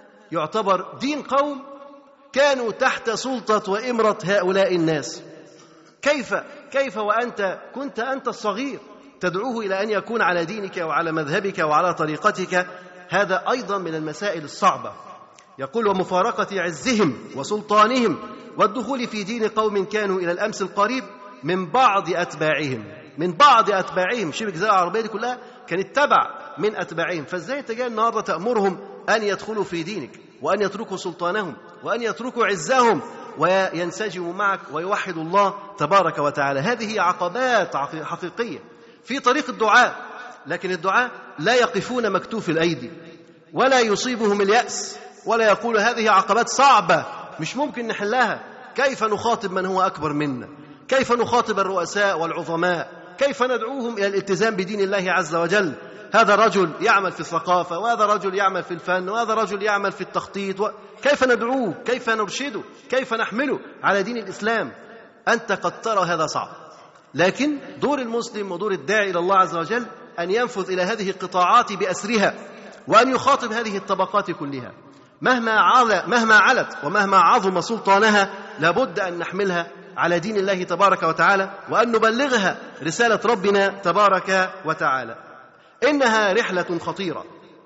يعتبر دين قوم كانوا تحت سلطة وإمرة هؤلاء الناس. كيف كيف وأنت كنت أنت الصغير تدعوه إلى أن يكون على دينك وعلى مذهبك وعلى طريقتك؟ هذا أيضا من المسائل الصعبة. يقول: ومفارقة عزهم وسلطانهم والدخول في دين قوم كانوا إلى الأمس القريب من بعض أتباعهم. من بعض أتباعهم، شبه الجزيرة العربية دي كلها كانت تبع من أتباعهم. فإزاي أنت جاي النهارده تأمرهم أن يدخلوا في دينك وأن يتركوا سلطانهم وأن يتركوا عزهم وينسجموا معك ويوحدوا الله تبارك وتعالى؟ هذه عقبات حقيقية في طريق الدعاء، لكن الدعاء لا يقفون مكتوف الأيدي ولا يصيبهم اليأس ولا يقول هذه عقبات صعبة مش ممكن نحلها. كيف نخاطب من هو أكبر منا؟ كيف نخاطب الرؤساء والعظماء؟ كيف ندعوهم إلى الالتزام بدين الله عز وجل؟ هذا رجل يعمل في الثقافة، وهذا رجل يعمل في الفن، وهذا رجل يعمل في التخطيط و... كيف ندعوه؟ كيف نرشده؟ كيف نحمله على دين الإسلام؟ أنت قد ترى هذا صعب، لكن دور المسلم ودور الداعي إلى الله عز وجل أن ينفذ إلى هذه القطاعات بأسرها وأن يخاطب هذه الطبقات كلها مهما عل... مهما علت ومهما عظم سلطانها، لابد أن نحملها على دين الله تبارك وتعالى وأن نبلغها رسالة ربنا تبارك وتعالى. إنها رحلة خطيرة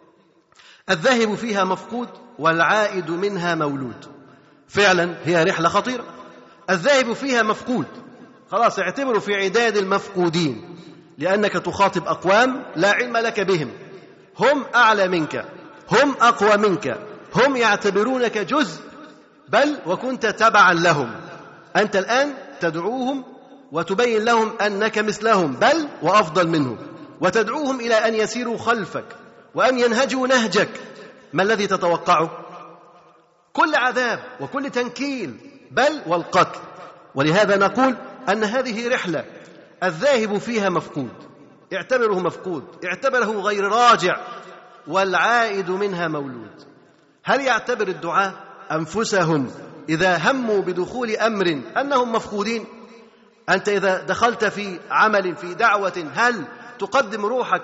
الذاهب فيها مفقود والعائد منها مولود. فعلا هي رحلة خطيرة، الذاهب فيها مفقود، خلاص اعتبروا في عداد المفقودين، لأنك تخاطب أقوام لا علم لك بهم، هم أعلى منك، هم أقوى منك، هم يعتبرونك جزء بل وكنت تبعا لهم. أنت الآن تدعوهم وتبين لهم أنك مثلهم بل وأفضل منهم، وتدعوهم إلى أن يسيروا خلفك وأن ينهجوا نهجك. ما الذي تتوقعه؟ كل عذاب وكل تنكيل بل والقتل. ولهذا نقول أن هذه رحلة الذاهب فيها مفقود، اعتبره مفقود، اعتبره غير راجع، والعائد منها مولود. هل يعتبر الدعاة أنفسهم إذا هموا بدخول أمر أنهم مفقودين؟ أنت إذا دخلت في عمل في دعوة هل تقدم روحك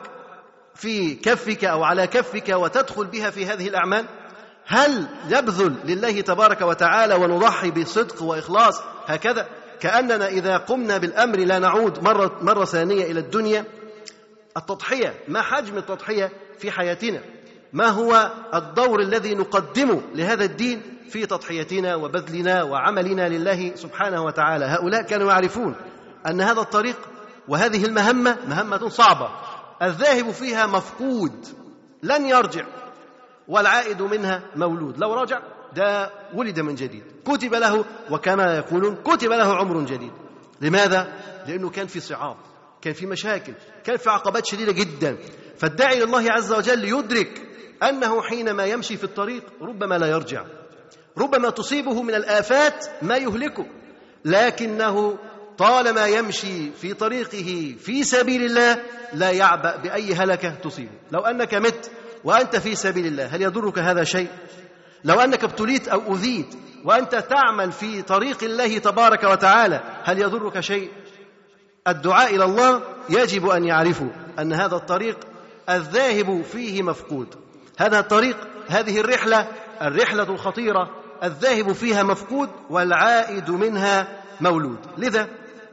في كفك أو على كفك وتدخل بها في هذه الأعمال؟ هل نبذل لله تبارك وتعالى ونضحي بصدق وإخلاص هكذا كأننا إذا قمنا بالأمر لا نعود مرة, مرة ثانية إلى الدنيا؟ التضحية، ما حجم التضحية في حياتنا؟ ما هو الدور الذي نقدمه لهذا الدين في تضحيتنا وبذلنا وعملنا لله سبحانه وتعالى؟ هؤلاء كانوا يعرفون أن هذا الطريق وهذه المهمة مهمة صعبة، الذاهب فيها مفقود لن يرجع، والعائد منها مولود. لو رجع ده ولد من جديد، كتب له وكما يقولون كتب له عمر جديد. لماذا؟ لأنه كان في صعاب، كان في مشاكل، كان في عقبات شديدة جدا. فالداعي لله عز وجل يدرك أنه حينما يمشي في الطريق ربما لا يرجع، ربما تصيبه من الآفات ما يهلكه، لكنه طالما يمشي في طريقه في سبيل الله لا يعبأ بأي هلكة تصيبه. لو أنك مت وأنت في سبيل الله هل يضرك هذا شيء؟ لو أنك ابتليت أو أذيت وأنت تعمل في طريق الله تبارك وتعالى هل يضرك شيء؟ الدعاء إلى الله يجب أن يعرفوا أن هذا الطريق الذاهب فيه مفقود، هذا الطريق، هذه الرحلة الرحلة الخطيرة الذاهب فيها مفقود والعائد منها مولود. لذا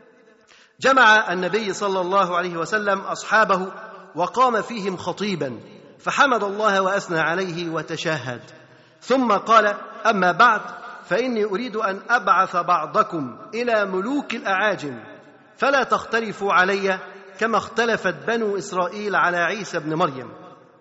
جمع النبي صلى الله عليه وسلم أصحابه وقام فيهم خطيبا فحمد الله وأثنى عليه وتشهد، ثم قال: أما بعد فإني أريد أن أبعث بعضكم إلى ملوك الأعاجم فلا تختلفوا علي كما اختلفت بنو إسرائيل على عيسى بن مريم.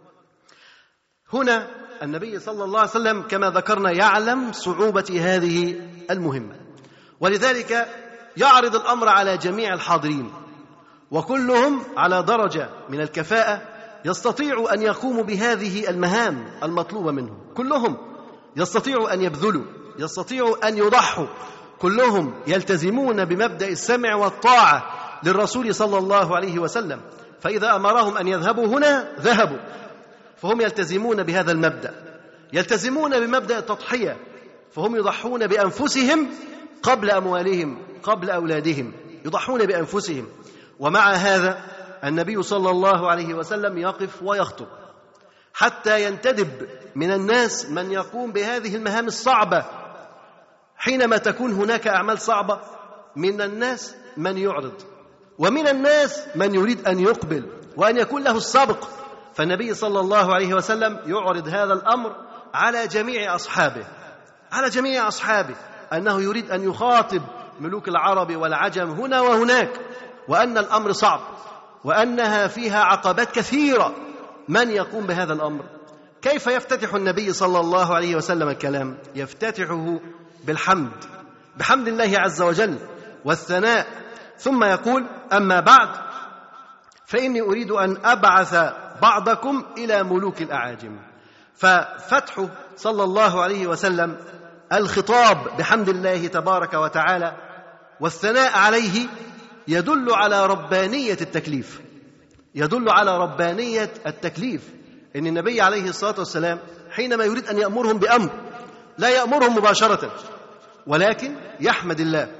هنا النبي صلى الله عليه وسلم كما ذكرنا يعلم صعوبة هذه المهمة، ولذلك يعرض الأمر على جميع الحاضرين، وكلهم على درجة من الكفاءة يستطيع أن يقوموا بهذه المهام المطلوبة منهم، كلهم يستطيعوا أن يبذلوا، يستطيعوا أن يضحوا، كلهم يلتزمون بمبدأ السمع والطاعة للرسول صلى الله عليه وسلم، فإذا أمرهم أن يذهبوا هنا ذهبوا، فهم يلتزمون بهذا المبدأ، يلتزمون بمبدأ التضحية، فهم يضحون بأنفسهم قبل أموالهم، قبل أولادهم، يضحون بأنفسهم. ومع هذا النبي صلى الله عليه وسلم يقف ويخطب حتى ينتدب من الناس من يقوم بهذه المهام الصعبة. حينما تكون هناك أعمال صعبة من الناس من يعرض، ومن الناس من يريد أن يقبل وأن يكون له السبق. فالنبي صلى الله عليه وسلم يعرض هذا الأمر على جميع أصحابه على جميع أصحابه أنه يريد أن يخاطب ملوك العرب والعجم هنا وهناك، وأن الأمر صعب وأنها فيها عقبات كثيرة. من يقوم بهذا الأمر؟ كيف يفتتح النبي صلى الله عليه وسلم الكلام؟ يفتتحه بالحمد، بحمد الله عز وجل والثناء، ثم يقول: أما بعد فإني أريد أن أبعث بعضكم إلى ملوك الأعاجم. ففتحه صلى الله عليه وسلم الخطاب بحمد الله تبارك وتعالى والثناء عليه يدل على ربانية التكليف يدل على ربانية التكليف إن النبي عليه الصلاة والسلام حينما يريد أن يأمرهم بأمر لا يأمرهم مباشرة، ولكن يحمد الله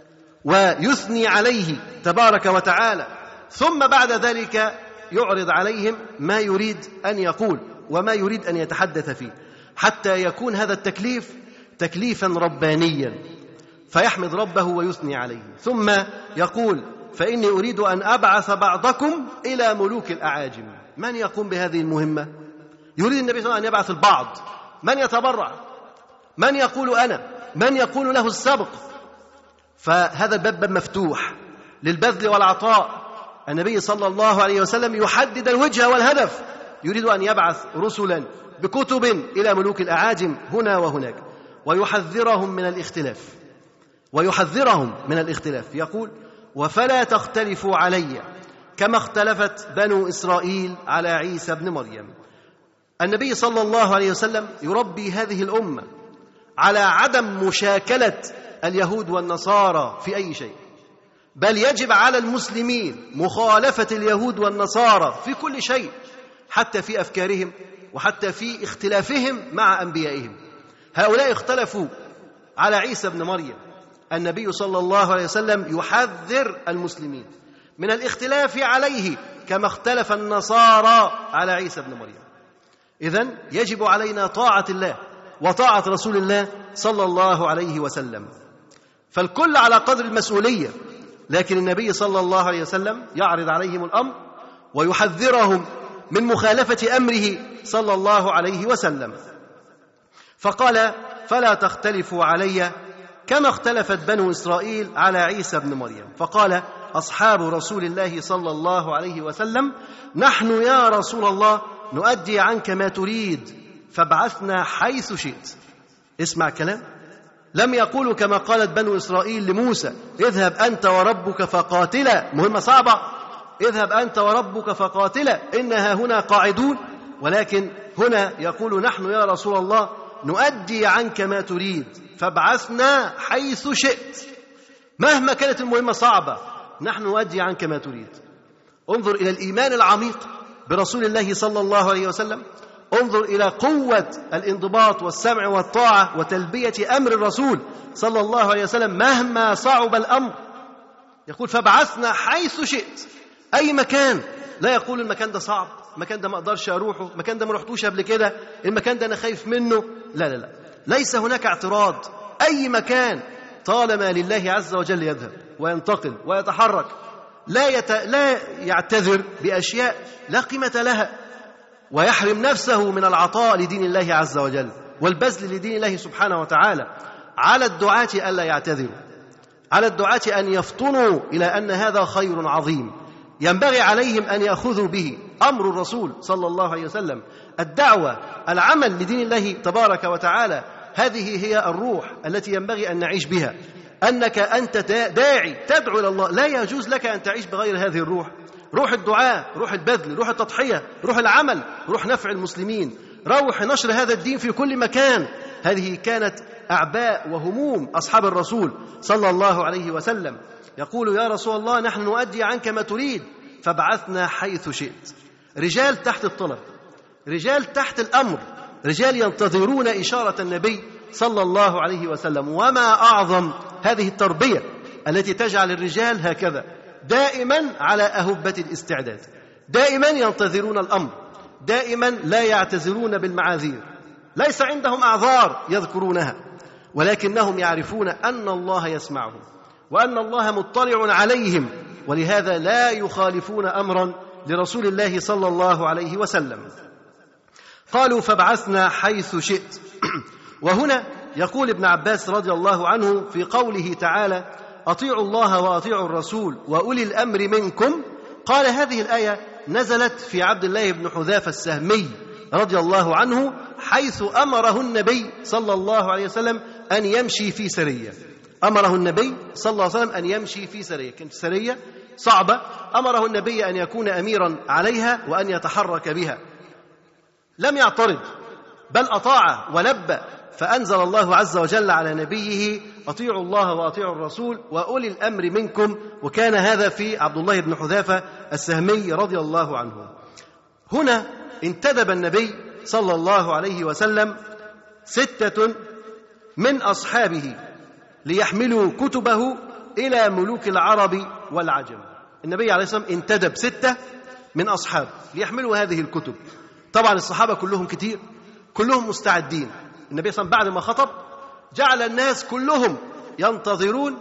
ويثني عليه تبارك وتعالى، ثم بعد ذلك يعرض عليهم ما يريد أن يقول وما يريد أن يتحدث فيه، حتى يكون هذا التكليف تكليفا ربانيا، فيحمد ربه ويثني عليه. ثم يقول: فإني أريد أن أبعث بعضكم إلى ملوك الأعاجم. من يقوم بهذه المهمة؟ يريد النبي صلى الله عليه وسلم أن يبعث البعض. من يتبرع؟ من يقول أنا؟ من يقول له السبق؟ فهذا الباب مفتوح للبذل والعطاء. النبي صلى الله عليه وسلم يحدد الوجهة والهدف، يريد أن يبعث رسلا بكتب إلى ملوك الأعاجم هنا وهناك، ويحذرهم من الاختلاف ويحذرهم من الاختلاف يقول: وفلا تختلفوا علي كما اختلفت بنو إسرائيل على عيسى بن مريم. النبي صلى الله عليه وسلم يربي هذه الأمة على عدم مشاكلة اليهود والنصارى في أي شيء، بل يجب على المسلمين مخالفة اليهود والنصارى في كل شيء، حتى في أفكارهم وحتى في اختلافهم مع أنبيائهم. هؤلاء اختلفوا على عيسى بن مريم، النبي صلى الله عليه وسلم يحذر المسلمين من الاختلاف عليه كما اختلف النصارى على عيسى بن مريم. إذن يجب علينا طاعة الله وطاعة رسول الله صلى الله عليه وسلم، فالكل على قدر المسؤولية، لكن النبي صلى الله عليه وسلم يعرض عليهم الأمر ويحذرهم من مخالفة أمره صلى الله عليه وسلم. فقال: فلا تختلفوا علي كما اختلفت بنو إسرائيل على عيسى بن مريم. فقال أصحاب رسول الله صلى الله عليه وسلم: نحن يا رسول الله نؤدي عنك ما تريد فابعثنا حيث شئت. اسمع كلام، لم يقولوا كما قالت بنو إسرائيل لموسى: اذهب أنت وربك فقاتلا، مهمة صعبة، اذهب أنت وربك فقاتلا إنها هنا قاعدون، ولكن هنا يقول: نحن يا رسول الله نؤدي عنك ما تريد فابعثنا حيث شئت. مهما كانت المهمة صعبة نحن نؤدي عنك ما تريد. انظر إلى الإيمان العميق برسول الله صلى الله عليه وسلم، انظر إلى قوة الانضباط والسمع والطاعة وتلبية أمر الرسول صلى الله عليه وسلم مهما صعب الأمر. يقول: فابعثنا حيث شئت، أي مكان. لا يقول المكان ده صعب، المكان ده ما أقدرش أروحه، المكان ده ما رحتوش قبل كده، المكان ده أنا خايف منه. لا لا لا، ليس هناك اعتراض، أي مكان طالما لله عز وجل يذهب وينتقل ويتحرك، لا, يت... لا يعتذر بأشياء لا قيمة لها، ويحرم نفسه من العطاء لدين الله عز وجل والبذل لدين الله سبحانه وتعالى. على الدعاة ألا يعتذروا، على الدعاة أن يفطنوا إلى أن هذا خير عظيم ينبغي عليهم أن يأخذوا به، أمر الرسول صلى الله عليه وسلم، الدعوة، العمل لدين الله تبارك وتعالى، هذه هي الروح التي ينبغي أن نعيش بها. أنك أنت داعي تدعو إلى الله، لا يجوز لك أن تعيش بغير هذه الروح، روح الدعاء، روح البذل، روح التضحية، روح العمل، روح نفع المسلمين، روح نشر هذا الدين في كل مكان. هذه كانت أعباء وهموم أصحاب الرسول صلى الله عليه وسلم. يقول: يا رسول الله نحن نؤدي عنك ما تريد فابعثنا حيث شئت. رجال تحت الطلب، رجال تحت الأمر، رجال ينتظرون إشارة النبي صلى الله عليه وسلم. وما أعظم هذه التربية التي تجعل الرجال هكذا دائما على أهبة الاستعداد، دائما ينتظرون الأمر، دائما لا يعتذرون بالمعاذير، ليس عندهم أعذار يذكرونها، ولكنهم يعرفون أن الله يسمعهم وأن الله مطلع عليهم، ولهذا لا يخالفون أمرا لرسول الله صلى الله عليه وسلم. قالوا فابعثنا حيث شئت. وهنا يقول ابن عباس رضي الله عنه في قوله تعالى أطيعوا الله وأطيعوا الرسول وأولي الأمر منكم، قال هذه الآية نزلت في عبد الله بن حذافة السهمي رضي الله عنه، حيث أمره النبي صلى الله عليه وسلم أن يمشي في سرية. أمره النبي صلى الله عليه وسلم أن يمشي في سرية، كانت سرية صعبة، أمره النبي أن يكون أميرا عليها وأن يتحرك بها، لم يعترض بل أطاع ولبى، فأنزل الله عز وجل على نبيه أطيعوا الله وأطيعوا الرسول وأولي الأمر منكم، وكان هذا في عبد الله بن حذافة السهمي رضي الله عنه. هنا انتدب النبي صلى الله عليه وسلم ستة من أصحابه ليحملوا كتبه إلى ملوك العرب والعجم. النبي عليه الصلاة والسلام انتدب ستة من أصحابه ليحملوا هذه الكتب. طبعا الصحابة كلهم كتير، كلهم مستعدين. النبي صلى الله عليه وسلم بعد ما خطب جعل الناس كلهم ينتظرون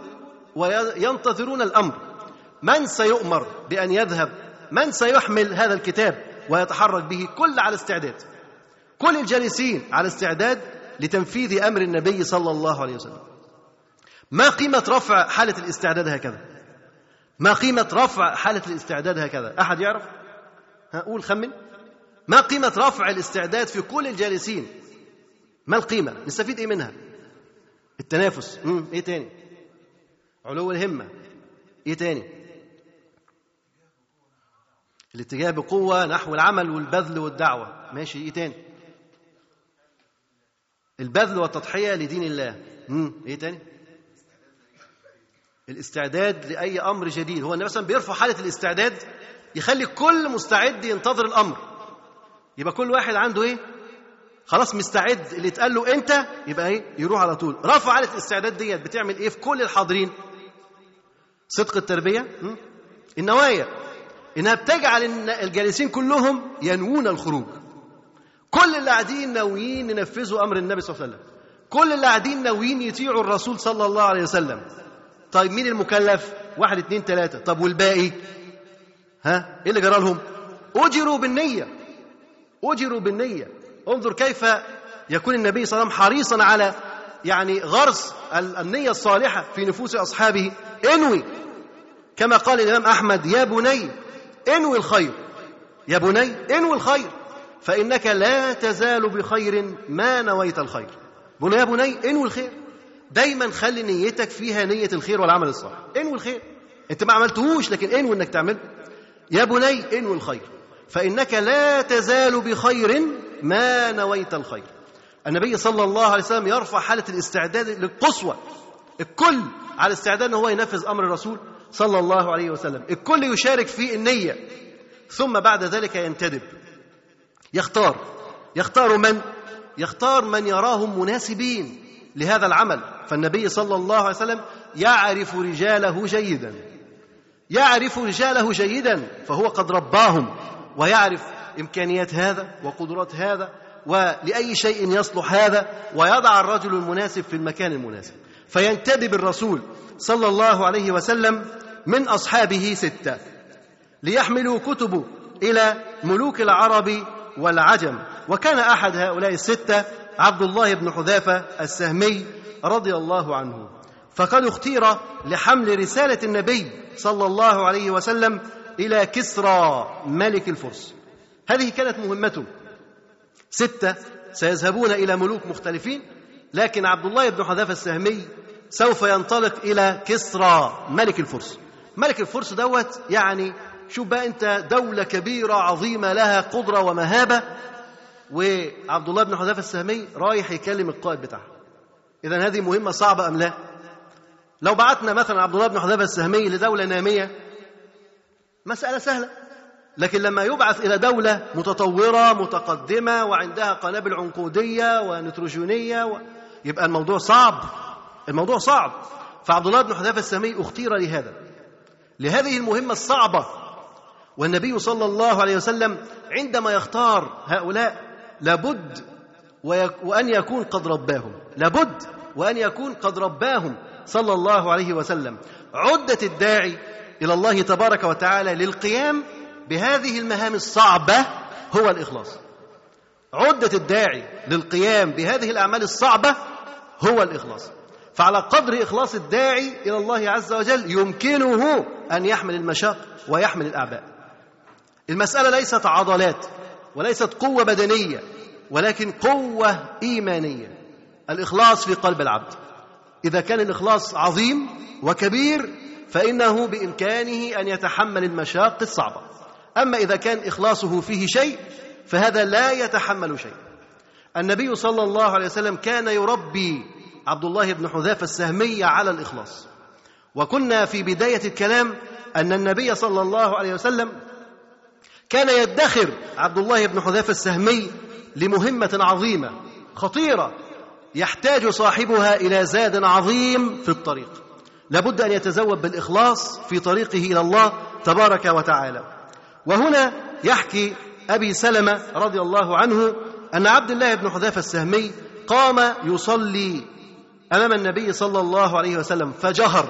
وينتظرون الأمر، من سيؤمر بأن يذهب، من سيحمل هذا الكتاب ويتحرك به، كل على استعداد، كل الجالسين على استعداد لتنفيذ أمر النبي صلى الله عليه وسلم. ما قيمة رفع حالة الاستعداد هكذا؟ ما قيمة رفع حالة الاستعداد هكذا؟ أحد يعرف؟ هقول خمن. ما قيمة رفع الاستعداد في كل الجالسين؟ ما القيمة؟ نستفيد إيه منها؟ التنافس. مم. إيه تاني؟ علو الهمة. إيه تاني؟ الاتجاه بقوة نحو العمل والبذل والدعوة. ماشي. إيه تاني؟ البذل والتضحية لدين الله. مم. إيه تاني؟ الاستعداد لأي أمر جديد. هو النبي صلى الله عليه وسلم بيرفع حالة الاستعداد، يخلي كل مستعد ينتظر الأمر، يبقى كل واحد عنده إيه؟ خلاص مستعد، اللي اتقال له أنت يبقى إيه؟ يروح على طول. رفع حالة الاستعداد ديت بتعمل إيه في كل الحاضرين؟ صدق التربية، النوايا، إنها بتجعل الجالسين كلهم ينوون الخروج. كل اللي قاعدين ناويين ينفذوا أمر النبي صلى الله عليه وسلم، كل اللي قاعدين ناويين يطيعوا الرسول صلى الله عليه وسلم. طيب مين المكلف؟ واحد اتنين تلاتة. طب والباقي؟ ها؟ إيه اللي جرى لهم؟ أجروا بالنية، أجروا بالنية. انظر كيف يكون النبي صلى الله عليه وسلم حريصا على يعني غرس النية الصالحة في نفوس أصحابه. انوي، كما قال الإمام أحمد يا بني انوي الخير، يا بني انوي الخير فإنك لا تزال بخير ما نويت الخير. بقول يا بني انوي الخير، دايما خلي نيتك فيها نية الخير والعمل الصالح. انوي الخير، انت ما عملتهوش لكن انوي انك تعمل. يا بني انوي الخير فإنك لا تزال بخير ما نويت الخير. النبي صلى الله عليه وسلم يرفع حالة الاستعداد للقصوى، الكل على استعداد أنه هو ينفذ أمر الرسول صلى الله عليه وسلم، الكل يشارك في النية، ثم بعد ذلك ينتدب، يختار يختار من؟ يختار من يراهم مناسبين لهذا العمل. فالنبي صلى الله عليه وسلم يعرف رجاله جيدا، يعرف رجاله جيدا، فهو قد رباهم ويعرف إمكانيات هذا وقدرات هذا ولأي شيء يصلح هذا، ويضع الرجل المناسب في المكان المناسب. فينتدب الرسول صلى الله عليه وسلم من أصحابه ستة ليحملوا كتبه إلى ملوك العرب والعجم. وكان أحد هؤلاء الستة عبد الله بن حذافة السهمي رضي الله عنه، فقد اختير لحمل رسالة النبي صلى الله عليه وسلم إلى كسرى ملك الفرس. هذه كانت مهمته. ستة سيذهبون إلى ملوك مختلفين، لكن عبد الله بن حذافة السهمي سوف ينطلق إلى كسرى ملك الفرس. ملك الفرس دوت يعني شوف بقى أنت، دولة كبيرة عظيمة لها قدرة ومهابة، وعبد الله بن حذافة السهمي رايح يكلم القائد بتاعها. إذن هذه مهمة صعبة أم لا؟ لو بعتنا مثلا عبد الله بن حذافة السهمي لدولة نامية مسألة سهلة، لكن لما يبعث إلى دولة متطورة متقدمة وعندها قنابل عنقودية ونيتروجينية و... يبقى الموضوع صعب، الموضوع صعب. فعبد الله بن حذافة السهمي اختير لهذا، لهذه المهمة الصعبة. والنبي صلى الله عليه وسلم عندما يختار هؤلاء لابد وأن يكون قد رباهم، لابد وأن يكون قد رباهم صلى الله عليه وسلم. عدة الداعي إلى الله تبارك وتعالى للقيام بهذه المهام الصعبة هو الإخلاص. عدة الداعي للقيام بهذه الأعمال الصعبة هو الإخلاص. فعلى قدر إخلاص الداعي إلى الله عز وجل يمكنه أن يحمل المشاق ويحمل الأعباء. المسألة ليست عضلات وليست قوة بدنية، ولكن قوة إيمانية. الإخلاص في قلب العبد، إذا كان الإخلاص عظيم وكبير فإنه بإمكانه أن يتحمل المشاق الصعبة. أما إذا كان إخلاصه فيه شيء فهذا لا يتحمل شيء. النبي صلى الله عليه وسلم كان يربي عبد الله بن حذافة السهمي على الإخلاص. وكنا في بداية الكلام أن النبي صلى الله عليه وسلم كان يدخر عبد الله بن حذافة السهمي لمهمة عظيمة خطيرة يحتاج صاحبها إلى زاد عظيم في الطريق. لابد أن يتزود بالإخلاص في طريقه إلى الله تبارك وتعالى. وهنا يحكي أبي سلمة رضي الله عنه أن عبد الله بن حذافة السهمي قام يصلي أمام النبي صلى الله عليه وسلم فجهر.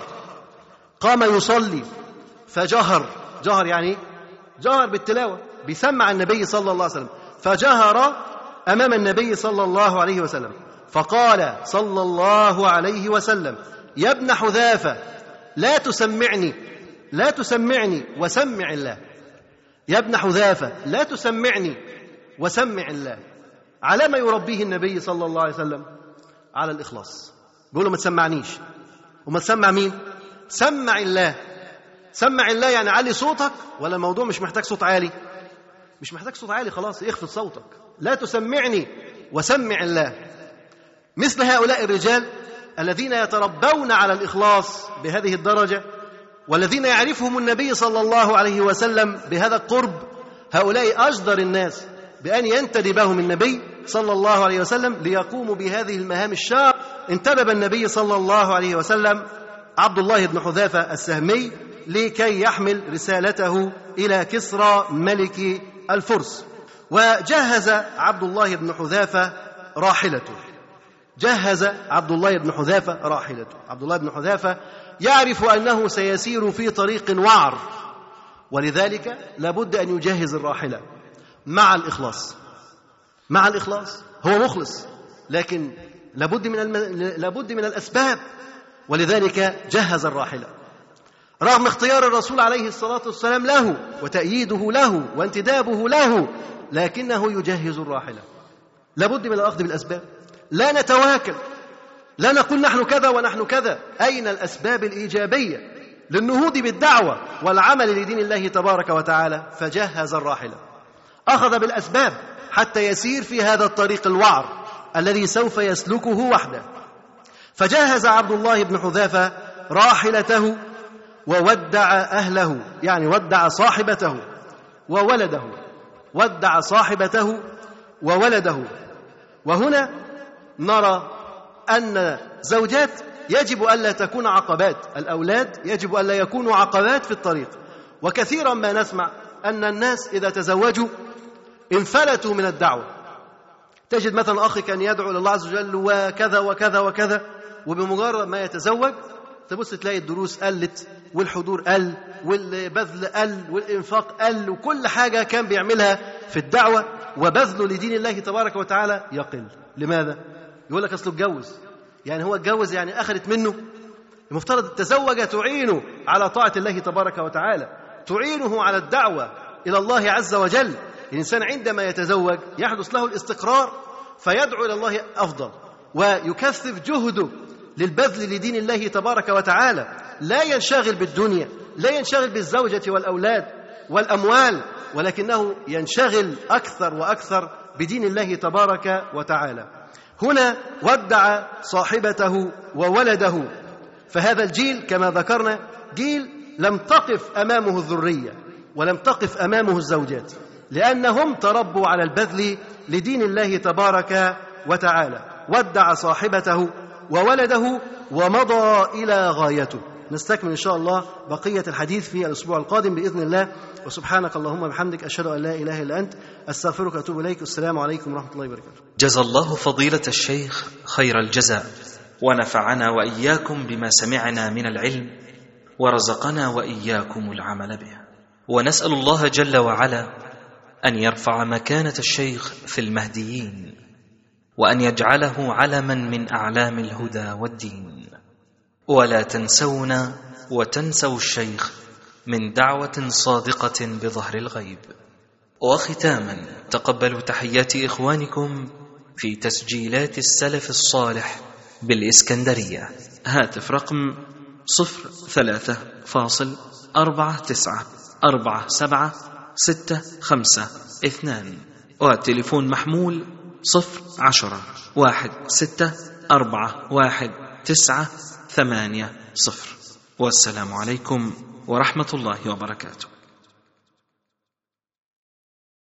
قام يصلي فجهر، جهر يعني جهر بالتلاوة، بيسمع النبي صلى الله عليه وسلم، فجهر أمام النبي صلى الله عليه وسلم فقال صلى الله عليه وسلم: يا ابن حذافة لا تسمعني لا تسمعني وسمع الله. يا ابن حذافة لا تسمعني وسمع الله. على ما يربيه النبي صلى الله عليه وسلم؟ على الإخلاص. بيقول له ما تسمعنيش. وما تسمع مين؟ سمع الله. سمع الله يعني علي صوتك، ولا الموضوع مش محتاج صوت عالي؟ مش محتاج صوت عالي، خلاص اخفض صوتك. لا تسمعني وسمع الله. مثل هؤلاء الرجال الذين يتربون على الإخلاص بهذه الدرجة، والذين يعرفهم النبي صلى الله عليه وسلم بهذا القرب، هؤلاء أجدر الناس بأن ينتدبهم النبي صلى الله عليه وسلم ليقوموا بهذه المهام الشاقة. انتدب النبي صلى الله عليه وسلم عبد الله بن حذافة السهمي لكي يحمل رسالته إلى كسرى ملك الفرس. وجهز عبد الله بن حذافة راحلته. جهز عبد الله بن حذافة راحلته. عبد الله بن حذافة يعرف أنه سيسير في طريق وعر، ولذلك لابد أن يجهز الراحلة مع الإخلاص. مع الإخلاص هو مخلص، لكن لابد من الم... لابد من الأسباب، ولذلك جهز الراحلة رغم اختيار الرسول عليه الصلاة والسلام له وتأييده له وانتدابه له، لكنه يجهز الراحلة. لابد من الأخذ بالأسباب. لا نتواكل، لا نقول نحن كذا ونحن كذا. أين الأسباب الإيجابية للنهوض بالدعوة والعمل لدين الله تبارك وتعالى؟ فجهز الراحلة، أخذ بالأسباب حتى يسير في هذا الطريق الوعر الذي سوف يسلكه وحده. فجهز عبد الله بن حذافة راحلته وودع أهله، يعني ودع صاحبته وولده. ودع صاحبته وولده. وهنا نرى أن زوجات يجب ألا تكون عقبات، الأولاد يجب ألا يكونوا عقبات في الطريق. وكثيرا ما نسمع أن الناس إذا تزوجوا انفلتوا من الدعوة. تجد مثلا أخي كان يدعو لله عز وجل وكذا وكذا وكذا، وبمجرد ما يتزوج تبص تلاقي الدروس قلت والحضور قل والبذل قل والإنفاق قل، وكل حاجة كان بيعملها في الدعوة وبذله لدين الله تبارك وتعالى يقل. لماذا؟ يقول لك أصله اتجوز، يعني هو اتجوز يعني أخذت منه. المفترض التزوج تعينه على طاعة الله تبارك وتعالى، تعينه على الدعوة إلى الله عز وجل. الإنسان عندما يتزوج يحدث له الاستقرار فيدعو إلى الله أفضل ويكثف جهده للبذل لدين الله تبارك وتعالى. لا ينشغل بالدنيا، لا ينشغل بالزوجة والأولاد والأموال، ولكنه ينشغل أكثر وأكثر بدين الله تبارك وتعالى. هنا ودع صاحبته وولده. فهذا الجيل كما ذكرنا جيل لم تقف أمامه الذرية ولم تقف أمامه الزوجات، لأنهم تربوا على البذل لدين الله تبارك وتعالى. ودع صاحبته وولده ومضى إلى غايته. نستكمل إن شاء الله بقية الحديث في الأسبوع القادم بإذن الله. وسبحانك اللهم وبحمدك أشهد أن لا إله إلا أنت أستغفرك وأتوب إليك. السلام عليكم ورحمة الله وبركاته. جزى الله فضيلة الشيخ خير الجزاء، ونفعنا وإياكم بما سمعنا من العلم، ورزقنا وإياكم العمل به. ونسأل الله جل وعلا أن يرفع مكانة الشيخ في المهديين، وأن يجعله علما من أعلام الهدى والدين. ولا تنسونا وتنسوا الشيخ من دعوة صادقة بظهر الغيب. وختاما، تقبلوا تحيات إخوانكم في تسجيلات السلف الصالح بالإسكندرية. هاتف رقم صفر ثلاثة فاصل أربعة تسعة أربعة سبعة ستة خمسة اثنان، والتليفون محمول صفر عشرة واحد ستة أربعة واحد تسعة ثمانية صفر. والسلام عليكم ورحمة الله وبركاته.